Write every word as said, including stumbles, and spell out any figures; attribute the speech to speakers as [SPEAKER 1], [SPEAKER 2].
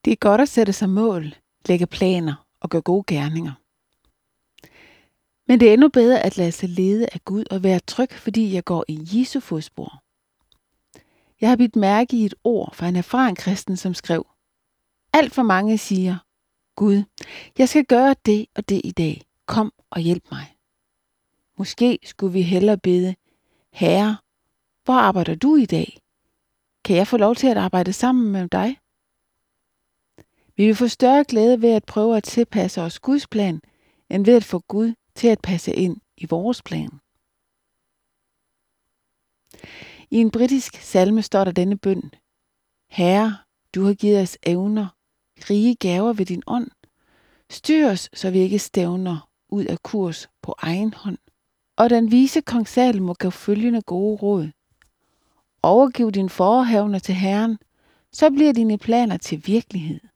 [SPEAKER 1] Det er godt at sætte sig mål, lægge planer og gøre gode gerninger. Men det er endnu bedre at lade sig lede af Gud og være tryg, fordi jeg går i Jesu fodspor. Jeg har bidt mærke i et ord fra en erfaren kristen, som skrev: Alt for mange siger, Gud, jeg skal gøre det og det i dag. Kom og hjælp mig. Måske skulle vi hellere bede, Herre, hvor arbejder du i dag? Kan jeg få lov til at arbejde sammen med dig? Vi vil få større glæde ved at prøve at tilpasse os Guds plan, end ved at få Gud til at passe ind i vores plan. I en britisk salme står der denne bøn: Herre, du har givet os evner, rige gaver ved din ånd. Styr os, så vi ikke stævner ud af kurs på egen hånd. Og den vise kong Salomo gav følgende gode råd: Overgiv dine forehavner til Herren, så bliver dine planer til virkelighed.